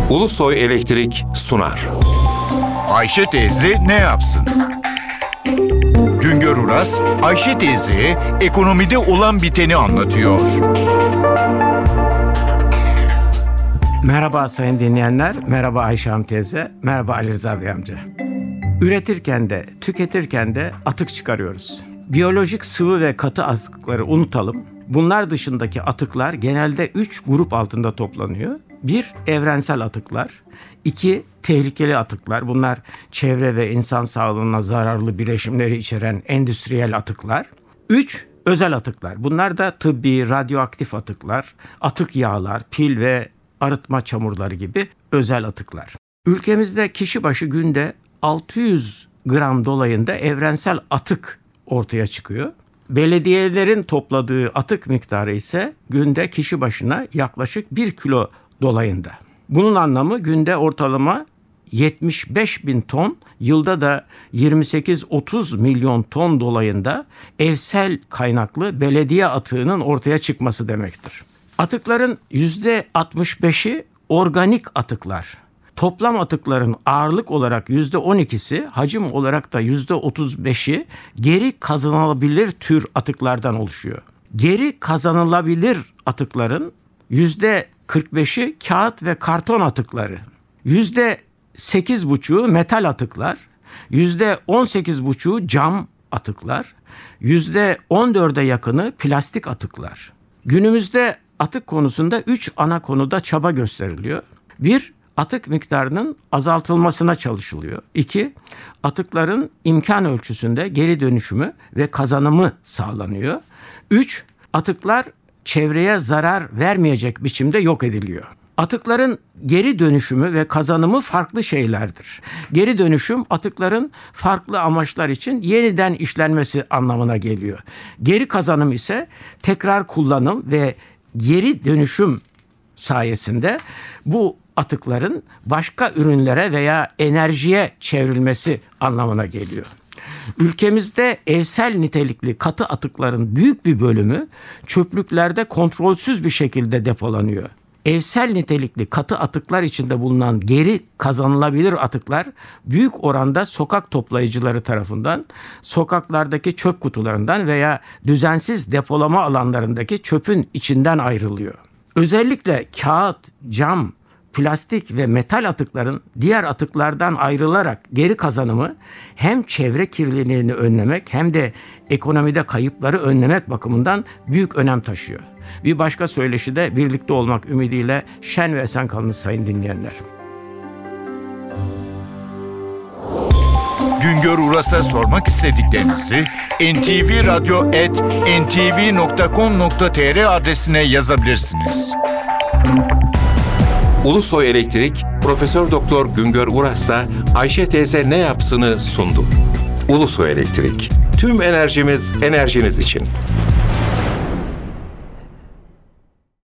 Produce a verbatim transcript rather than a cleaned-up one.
Ulusoy Elektrik sunar. Ayşe teyze ne yapsın? Güngör Uras, Ayşe teyzeye ekonomide olan biteni anlatıyor. Merhaba sayın dinleyenler, merhaba Ayşe Hanım teyze, merhaba Ali Rıza Bey amca. Üretirken de, tüketirken de atık çıkarıyoruz. Biyolojik sıvı ve katı atıkları unutalım. Bunlar dışındaki atıklar genelde üç grup altında toplanıyor. Bir, evrensel atıklar. İki, tehlikeli atıklar. Bunlar çevre ve insan sağlığına zararlı bileşimleri içeren endüstriyel atıklar. Üç, özel atıklar. Bunlar da tıbbi, radyoaktif atıklar, atık yağlar, pil ve arıtma çamurları gibi özel atıklar. Ülkemizde kişi başı günde altı yüz gram dolayında evrensel atık ortaya çıkıyor. Belediyelerin topladığı atık miktarı ise günde kişi başına yaklaşık bir kilo dolayında. Bunun anlamı günde ortalama yetmiş beş bin ton, yılda da yirmi sekiz otuz milyon ton dolayında evsel kaynaklı belediye atığının ortaya çıkması demektir. Atıkların yüzde altmış beşi organik atıklar. Toplam atıkların ağırlık olarak yüzde on ikisi, hacim olarak da yüzde otuz beşi geri kazanılabilir tür atıklardan oluşuyor. Geri kazanılabilir atıkların yüzde kırk beşi kağıt ve karton atıkları, yüzde sekiz buçuğu metal atıklar, yüzde on sekiz buçuğu cam atıklar, yüzde on dörde yakını plastik atıklar. Günümüzde atık konusunda üç ana konuda çaba gösteriliyor. Bir, atık miktarının azaltılmasına çalışılıyor. İki, atıkların imkan ölçüsünde geri dönüşümü ve kazanımı sağlanıyor. Üç, atıklar çevreye zarar vermeyecek biçimde yok ediliyor. Atıkların geri dönüşümü ve kazanımı farklı şeylerdir. Geri dönüşüm atıkların farklı amaçlar için yeniden işlenmesi anlamına geliyor. Geri kazanım ise tekrar kullanım ve geri dönüşüm sayesinde bu atıkların başka ürünlere veya enerjiye çevrilmesi anlamına geliyor. Ülkemizde evsel nitelikli katı atıkların büyük bir bölümü çöplüklerde kontrolsüz bir şekilde depolanıyor. Evsel nitelikli katı atıklar içinde bulunan geri kazanılabilir atıklar büyük oranda sokak toplayıcıları tarafından, sokaklardaki çöp kutularından veya düzensiz depolama alanlarındaki çöpün içinden ayrılıyor. Özellikle kağıt, cam, plastik ve metal atıkların diğer atıklardan ayrılarak geri kazanımı hem çevre kirliliğini önlemek hem de ekonomide kayıpları önlemek bakımından büyük önem taşıyor. Bir başka söyleşi de birlikte olmak ümidiyle şen ve esen kalınız sayın dinleyenler. Güngör Uras'a sormak istediklerinizi en ti vi radyo at en ti vi nokta com nokta tr adresine yazabilirsiniz. Ulusoy Elektrik, Profesör Doktor Güngör Uras'la Ayşe teyze ne yapsını sundu. Ulusoy Elektrik, tüm enerjimiz enerjiniz için.